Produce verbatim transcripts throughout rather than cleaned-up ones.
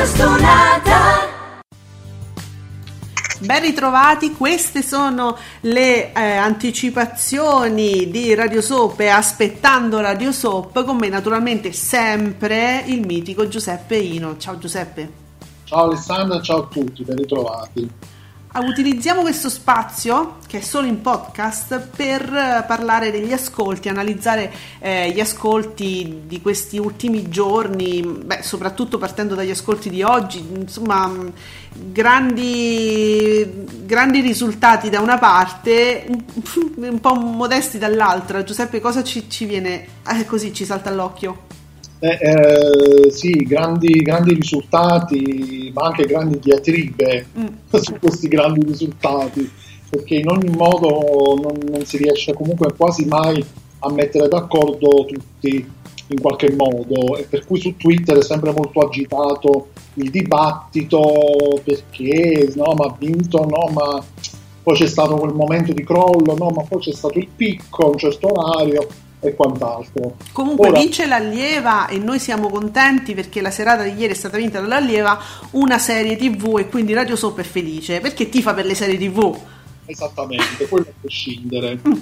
Radio Stonata. Ben ritrovati, queste sono le eh, anticipazioni di Radio Soap e Aspettando Radio Soap, con me naturalmente sempre il mitico Giuseppe Ino. Ciao Giuseppe. Ciao Alessandra, ciao a tutti, ben ritrovati. Utilizziamo questo spazio, che è solo in podcast, per parlare degli ascolti, analizzare eh, gli ascolti di questi ultimi giorni, beh, soprattutto partendo dagli ascolti di oggi, insomma, grandi, grandi risultati da una parte, un po' modesti dall'altra. Giuseppe, cosa ci, ci viene eh, così, ci salta all'occhio? Eh, eh, sì, grandi, grandi risultati, ma anche grandi diatribe mm. su questi grandi risultati, perché in ogni modo non, non si riesce comunque quasi mai a mettere d'accordo tutti in qualche modo, e per cui su Twitter è sempre molto agitato il dibattito, perché no, ma ha vinto, no, ma poi c'è stato quel momento di crollo, no, ma poi c'è stato il picco a un certo orario e quant'altro. Comunque Ora, vince l'Allieva e noi siamo contenti perché la serata di ieri è stata vinta dall'Allieva, una serie tv, e quindi Radio Soap è felice perché tifa per le serie tv. Esattamente, quello a prescindere. Mm.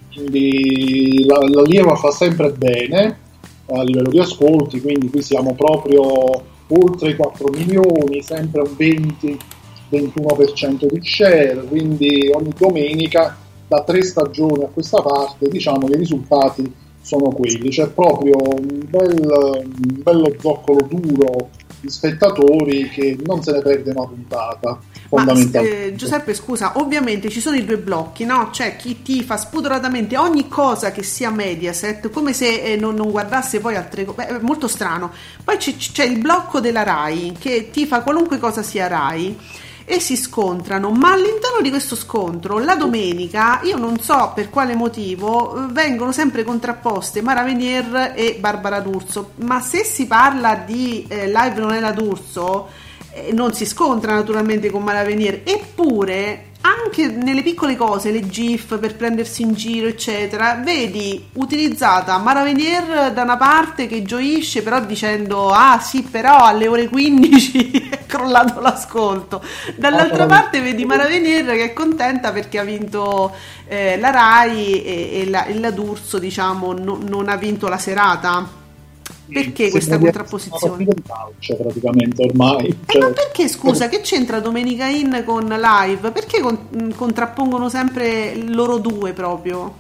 Quindi la, l'Allieva fa sempre bene a livello di ascolti, quindi qui siamo proprio oltre i quattro milioni, sempre un venti ventuno per cento di share, quindi ogni domenica da tre stagioni a questa parte, diciamo che i risultati sono quelli. C'è proprio un, bel, un bello zoccolo duro di spettatori che non se ne perde una puntata. Ma eh, Giuseppe, scusa, ovviamente ci sono i due blocchi, no? C'è chi tifa spudoratamente ogni cosa che sia Mediaset, come se eh, non, non guardasse poi altre cose. È molto strano. Poi c'è, c'è il blocco della Rai che tifa qualunque cosa sia Rai e si scontrano, ma all'interno di questo scontro la domenica, io non so per quale motivo, vengono sempre contrapposte Mara Venier e Barbara D'Urso, ma se si parla di eh, Live non è la D'Urso, eh, non si scontra naturalmente con Mara Venier, eppure anche nelle piccole cose, le gif per prendersi in giro eccetera, vedi utilizzata Mara Venier da una parte che gioisce però dicendo ah sì però alle ore quindici è crollato l'ascolto, dall'altra parte vedi Mara Venier che è contenta perché ha vinto eh, la Rai e, e, la, e la D'Urso diciamo no, non ha vinto la serata. Perché sì, questa contrapposizione? Di calcio praticamente ormai. Eh, cioè... ma perché scusa, che c'entra Domenica In con Live? Perché con, contrappongono sempre loro due proprio?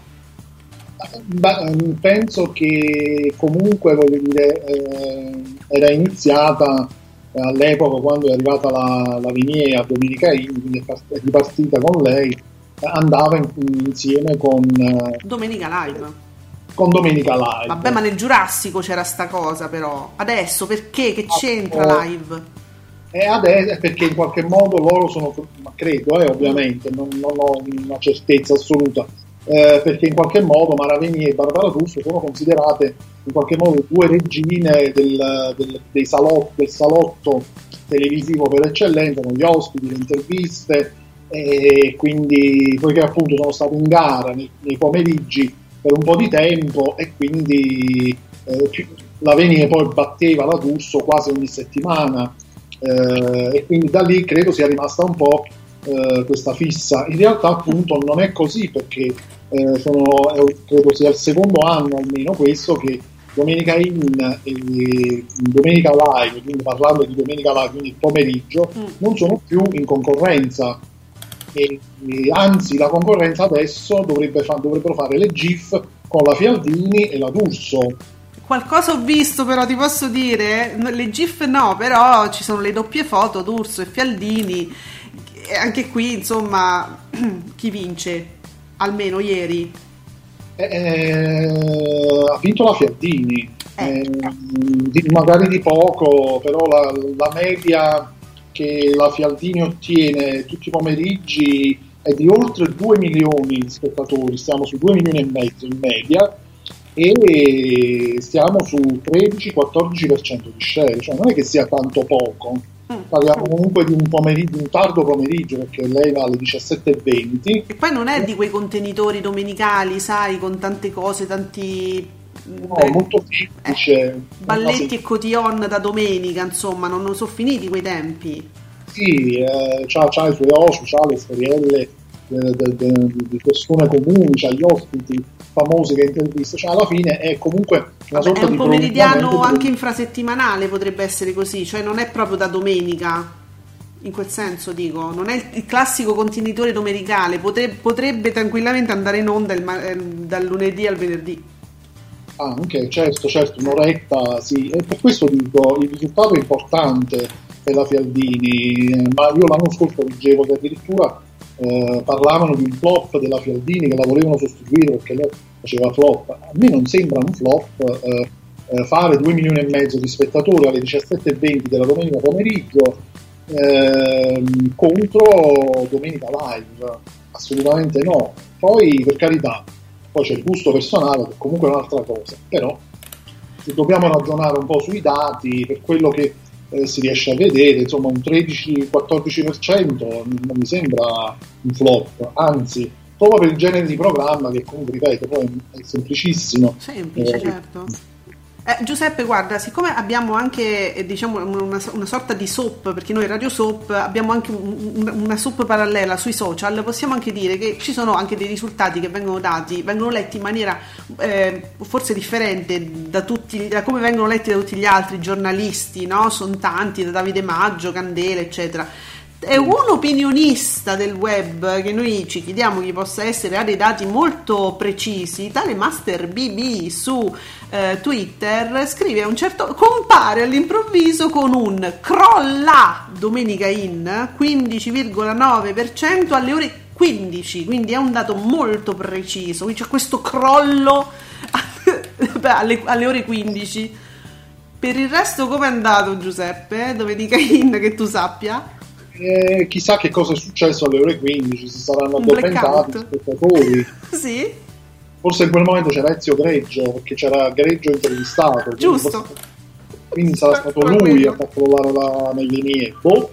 Beh, penso che comunque voglio dire eh, era iniziata eh, all'epoca quando è arrivata la, la Vinier a Domenica In, quindi è ripartita con lei, andava in, insieme con eh, Domenica Live. Con Domenica Live. Vabbè, ma nel Giurassico c'era sta cosa, però adesso perché? Che c'entra Live? E adesso perché in qualche modo loro sono, ma credo, eh, ovviamente, non, non ho una certezza assoluta, eh, perché in qualche modo Mara Venier e Barbara D'Urso sono considerate in qualche modo due regine del, del, dei salotto, del salotto televisivo per eccellenza, con gli ospiti, le interviste, e quindi poiché appunto sono state in gara nei, nei pomeriggi per un po' di tempo, e quindi eh, la Venier poi batteva la D'Urso quasi ogni settimana, eh, e quindi da lì credo sia rimasta un po' eh, questa fissa. In realtà appunto non è così, perché eh, sono, eh, credo sia il secondo anno almeno questo che Domenica In e Domenica Live, quindi parlando di Domenica Live, quindi il pomeriggio, mm. non sono più in concorrenza. E, e anzi la concorrenza adesso dovrebbe fa, dovrebbero fare le GIF con la Fialdini e la D'Urso. Qualcosa ho visto, però ti posso dire, le GIF no, però ci sono le doppie foto D'Urso e Fialdini, e anche qui insomma chi vince? Almeno ieri eh, eh, ha vinto la Fialdini, eh. Eh, di, magari di poco, però la, la media che la Fialdini ottiene tutti i pomeriggi è di oltre due milioni di spettatori, stiamo su due milioni e mezzo in media, e stiamo su tredici quattordici per cento di share, cioè non è che sia tanto poco, parliamo comunque di un pomeriggio, un tardo pomeriggio, perché lei va alle diciassette e venti. E poi non è di quei contenitori domenicali, sai, con tante cose, tanti No, molto semplice. Eh, balletti e cotillon da domenica, insomma, non, non sono finiti quei tempi. Sì, eh, c'ha, c'ha i suoi oci, c'ha le storielle de, de, de, di persone comuni, c'ha gli ospiti famosi che intervista, cioè alla fine è comunque una Vabbè, sorta è un di pomeridiano anche infrasettimanale, potrebbe essere così, cioè non è proprio da domenica, in quel senso dico, non è il, il classico contenitore domenicale, potrebbe, potrebbe tranquillamente andare in onda il, eh, dal lunedì al venerdì. Ah, ok, certo, certo, un'oretta, sì, e per questo dico, il risultato è importante per la Fialdini, ma io l'anno scorso leggevo che addirittura eh, parlavano di un flop della Fialdini, che la volevano sostituire perché lei faceva flop. A me non sembra un flop eh, eh, fare due milioni e mezzo di spettatori alle diciassette e venti della domenica pomeriggio eh, contro Domenica Live, assolutamente no. Poi, per carità, poi c'è il gusto personale che comunque è un'altra cosa, però se dobbiamo ragionare un po' sui dati, per quello che eh, si riesce a vedere, insomma un tredici-quattordici per cento non mi sembra un flop, anzi proprio per il genere di programma che comunque, ripeto, poi è semplicissimo. Semplice, eh, certo. Eh, Giuseppe, guarda, siccome abbiamo anche eh, diciamo una, una sorta di soap, perché noi Radio Soap abbiamo anche un, una soap parallela sui social, possiamo anche dire che ci sono anche dei risultati che vengono dati, vengono letti in maniera eh, forse differente da tutti, da come vengono letti da tutti gli altri giornalisti, no? Sono tanti, da Davide Maggio, Candela, eccetera. È un opinionista del web che noi ci chiediamo chi possa essere, ha dei dati molto precisi. Tale Master B B su eh, Twitter scrive a un certo, compare all'improvviso con un crolla Domenica In quindici virgola nove per cento alle ore quindici, quindi è un dato molto preciso. Qui c'è questo crollo alle, alle ore quindici. Per il resto come è andato, Giuseppe? Domenica In, che tu sappia? Eh, chissà che cosa è successo alle ore quindici, si saranno addormentati gli spettatori. Sì. Forse in quel momento c'era Ezio Greggio, perché c'era Greggio intervistato. Giusto. Quindi, forse, quindi sarà stato lui a far crollare la Meglenie. Boh.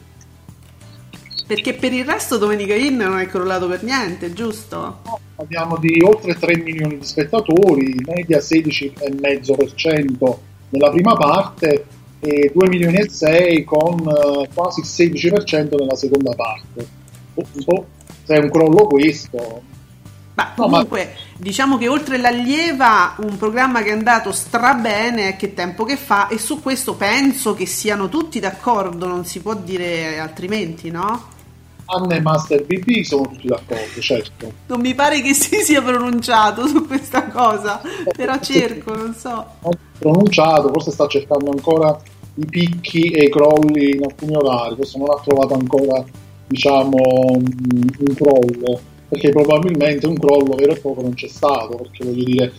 Perché per il resto Domenica In non è crollato per niente, giusto? No, parliamo di oltre tre milioni di spettatori, media sedici virgola cinque per cento nella prima parte e due milioni e sei con uh, quasi il sedici per cento nella seconda parte. Oh, oh, se è un crollo questo. Ma comunque no, ma... diciamo che oltre l'allieva un programma che è andato strabene che tempo che fa, e su questo penso che siano tutti d'accordo, non si può dire altrimenti, no? Anna e Master B B sono tutti d'accordo, certo. Non mi pare che si sia pronunciato su questa cosa, però cerco, non so. Pronunciato, forse sta cercando ancora i picchi e i crolli in alcuni orari, forse non ha trovato ancora, diciamo, un crollo, perché probabilmente un crollo vero e proprio non c'è stato, perché voglio dire,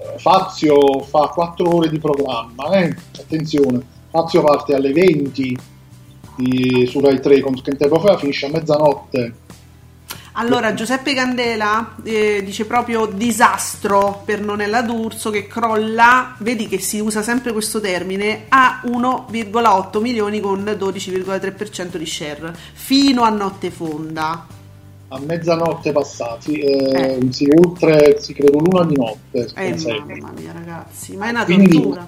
Fazio fa quattro ore di programma, eh? Attenzione, Fazio parte alle venti di, su Rai tre con Tempo Fa, finisce a mezzanotte. Allora Giuseppe Candela eh, dice proprio disastro per Nonella D'Urso, che crolla, vedi che si usa sempre questo termine, a uno virgola otto milioni con dodici virgola tre per cento di share fino a notte fonda, a mezzanotte passati, eh, eh. Sì, oltre, si credo l'una di notte. Eh, mamma mia ragazzi, ma è una Quindi, tortura.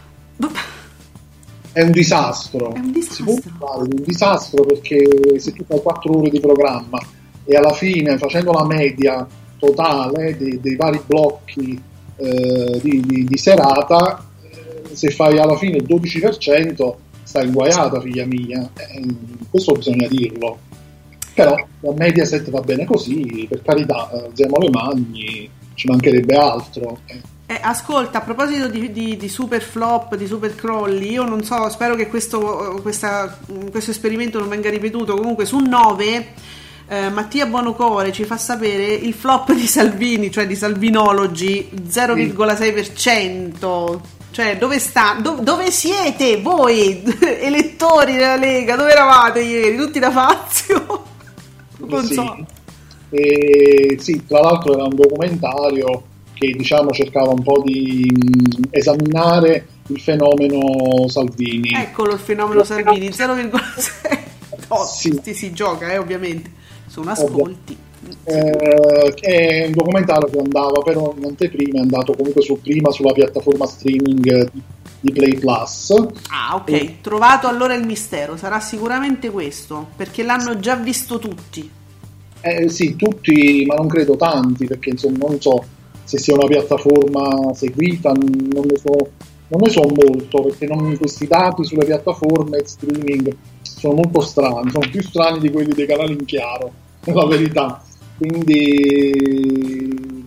È un disastro. È un disastro. Si può fare un disastro, perché se tu fai quattro ore di programma e alla fine, facendo la media totale dei, dei vari blocchi eh, di, di, di serata, eh, se fai alla fine il dodici per cento stai inguaiata, figlia mia. Eh, questo bisogna dirlo. Però la Mediaset va bene così, per carità, alziamo le mani, ci mancherebbe altro. Eh. Eh, ascolta, a proposito di, di, di super flop, di super crolli, io non so, spero che questo, questa, questo esperimento non venga ripetuto. Comunque su nove eh, Mattia Buonocore ci fa sapere il flop di Salvini, cioè di Salvinology, zero virgola sei per cento. Cioè, dove sta? Do, dove siete voi, elettori della Lega? Dove eravate ieri? Tutti da Fazio? Non sì. so. E, sì, tra l'altro era un documentario che, diciamo, cercava un po' di mh, esaminare il fenomeno Salvini. Eccolo il fenomeno il Salvini, zero virgola sei. Oh, sì. si, si gioca, eh, ovviamente. Sono ascolti. eh, che è un documentario che andava però in anteprima, è andato comunque su prima sulla piattaforma streaming di, di Play Plus. Ah, ok, e... trovato allora il mistero, sarà sicuramente questo, perché l'hanno già visto tutti. Eh, sì, tutti, ma non credo tanti, perché insomma non so se sia una piattaforma seguita, non ne so, non ne so molto, perché non, questi dati sulle piattaforme streaming sono molto strani, sono più strani di quelli dei canali in chiaro, la verità. Quindi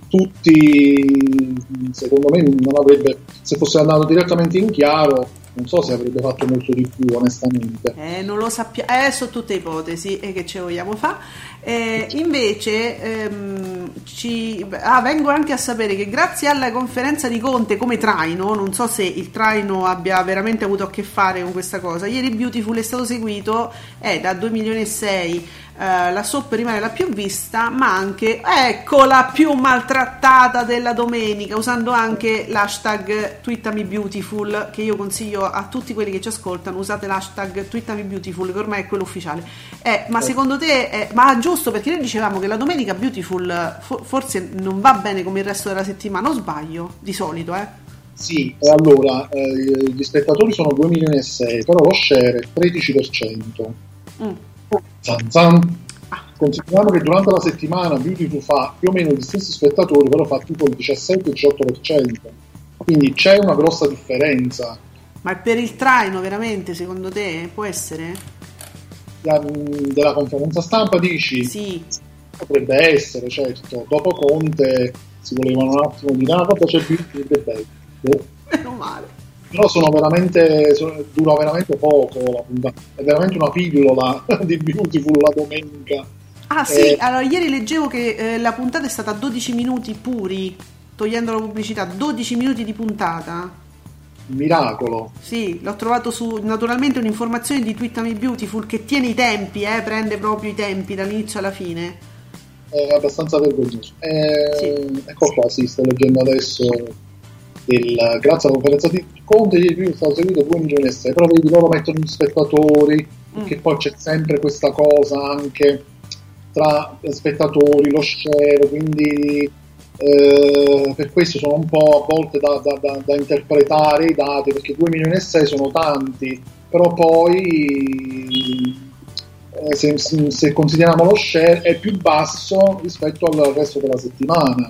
tutti, secondo me, non avrebbe, se fosse andato direttamente in chiaro, non so se avrebbe fatto molto di più, onestamente. Eh, non lo sappiamo, eh, sono tutte ipotesi e che ce vogliamo fare. Eh, invece ehm, ci... ah, vengo anche a sapere che grazie alla conferenza di Conte come traino, non so se il traino abbia veramente avuto a che fare con questa cosa, ieri Beautiful è stato seguito, è da due milioni e sei. Uh, la soap rimane la più vista, ma anche, ecco, la più maltrattata della domenica, usando anche l'hashtag TweetamiBeautiful, che io consiglio a tutti quelli che ci ascoltano, usate l'hashtag TweetamiBeautiful, che ormai è quello ufficiale. Eh, ma secondo te, è, ma giusto, perché noi dicevamo che la domenica Beautiful for, forse non va bene come il resto della settimana, o sbaglio? Di solito, eh? Sì, e allora, eh, gli spettatori sono due milioni e sei, però lo share è tredici per cento. Mm. Zan zan. Consideriamo che durante la settimana Beautiful fa più o meno gli stessi spettatori, però fa tipo il diciassette diciotto per cento, quindi c'è una grossa differenza. Ma per il traino veramente, secondo te, può essere? La, della conferenza stampa dici? Sì. Potrebbe essere, certo. Dopo Conte si volevano un attimo dire ah, quanto c'è Beautiful, che bello. Meno male. Però sono veramente sono, dura veramente poco la puntata. È veramente una pillola di Beautiful la domenica. Ah sì, eh, allora ieri leggevo che eh, la puntata è stata dodici minuti puri, togliendo la pubblicità, dodici minuti di puntata. Miracolo. Sì, l'ho trovato su, naturalmente, un'informazione di Tweetami Beautiful che tiene i tempi, eh, prende proprio i tempi dall'inizio alla fine. È abbastanza vergognoso. Eh, sì. Ecco qua, sì, sto leggendo adesso. Il, grazie alla conferenza di Conte ieri è stato seguito due milioni e sei, però vedi loro mettono gli spettatori, perché mm. poi c'è sempre questa cosa anche tra spettatori, lo share, quindi eh, per questo sono un po' a volte da, da, da, da interpretare i dati, perché due milioni e sei sono tanti, però poi eh, se, se consideriamo lo share è più basso rispetto al resto della settimana.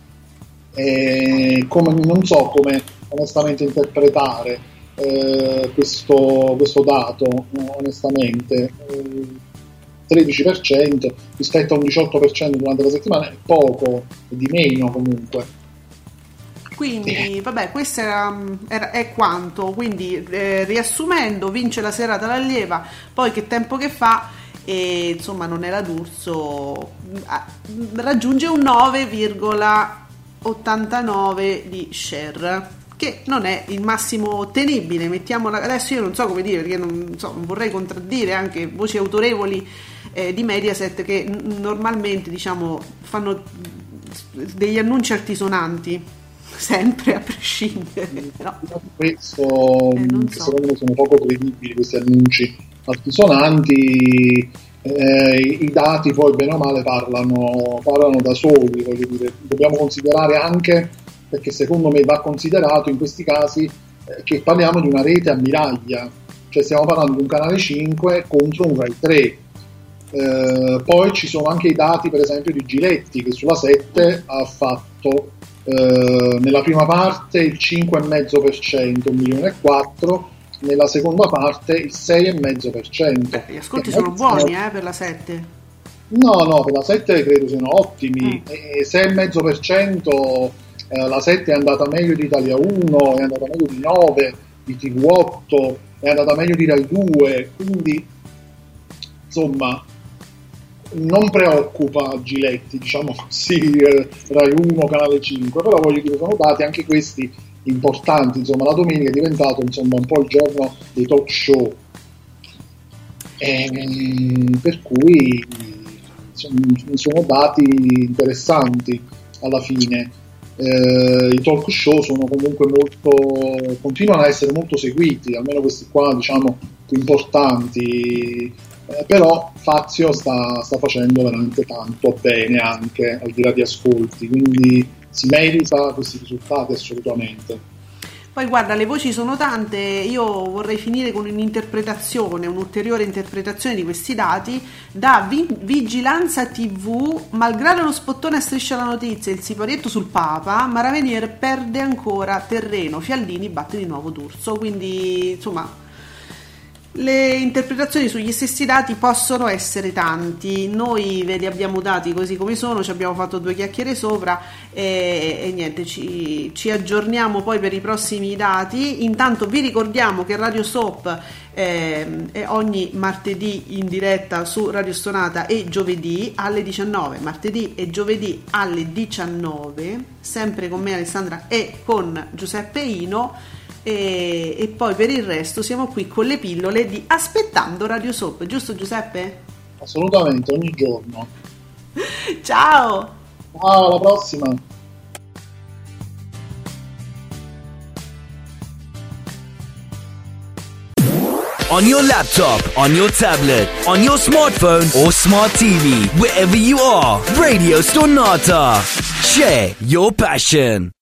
E come, non so come onestamente interpretare eh, questo, questo dato, onestamente. Eh, tredici per cento rispetto a un diciotto per cento durante la settimana è poco, è di meno comunque. Quindi eh. vabbè, questo era, era, è quanto. Quindi eh, riassumendo, vince la serata l'allieva, poi che tempo che fa, e insomma non è la D'Urso, raggiunge un nove virgola ottantanove di share, che non è il massimo ottenibile, mettiamola adesso. Io non so come dire, perché non, so, non vorrei contraddire anche voci autorevoli eh, di Mediaset che n- normalmente diciamo fanno degli annunci altisonanti sempre, a prescindere, no? Questo eh, so. Secondo me sono poco credibili questi annunci altisonanti. Eh, i dati poi bene o male parlano, parlano da soli, voglio dire, dobbiamo considerare anche, perché secondo me va considerato in questi casi eh, che parliamo di una rete ammiraglia, cioè stiamo parlando di un canale cinque contro un Rai tre. Eh, poi ci sono anche i dati per esempio di Giletti, che sulla sette ha fatto eh, nella prima parte il cinque virgola cinque per cento, un milione e quattro, nella seconda parte il sei virgola cinque per cento. Beh, gli ascolti sono buoni eh, per la sette. No, no, per la sette credo siano ottimi. Mm. E sei virgola cinque per cento eh, la sette è andata meglio di Italia uno, è andata meglio di nove, di T V otto, è andata meglio di Rai due, quindi insomma non preoccupa Giletti, diciamo così, eh, Rai uno, Canale cinque, però voglio dire, sono dati anche questi importanti. Insomma, la domenica è diventato insomma un po' il giorno dei talk show, e, per cui sono, sono dati interessanti alla fine. Eh, i talk show sono comunque molto, continuano a essere molto seguiti, almeno questi qua diciamo più importanti. eh, però Fazio sta, sta facendo veramente tanto bene anche al di là di ascolti, quindi si merita questi risultati assolutamente. Poi guarda, le voci sono tante, io vorrei finire con un'interpretazione, un'ulteriore interpretazione di questi dati. Da Vi- Vigilanza tivù, malgrado lo spottone a Striscia la Notizia, il siparietto sul Papa, Maravenier perde ancora terreno, Fialdini batte di nuovo D'Urso, quindi insomma le interpretazioni sugli stessi dati possono essere tanti. Noi ve li abbiamo dati così come sono, ci abbiamo fatto due chiacchiere sopra e, e niente, ci, ci aggiorniamo poi per i prossimi dati. Intanto vi ricordiamo che Radio Soap eh, è ogni martedì in diretta su Radio Stonata e giovedì alle diciannove, martedì e giovedì alle diciannove, sempre con me Alessandra e con Giuseppe Ino. E, e poi per il resto siamo qui con le pillole di Aspettando Radio Soap, giusto Giuseppe? Assolutamente, ogni giorno. Ciao! Ciao, alla prossima! On your laptop, on your tablet, on your smartphone or smart T V, wherever you are, Radio Stonata. Share your passion.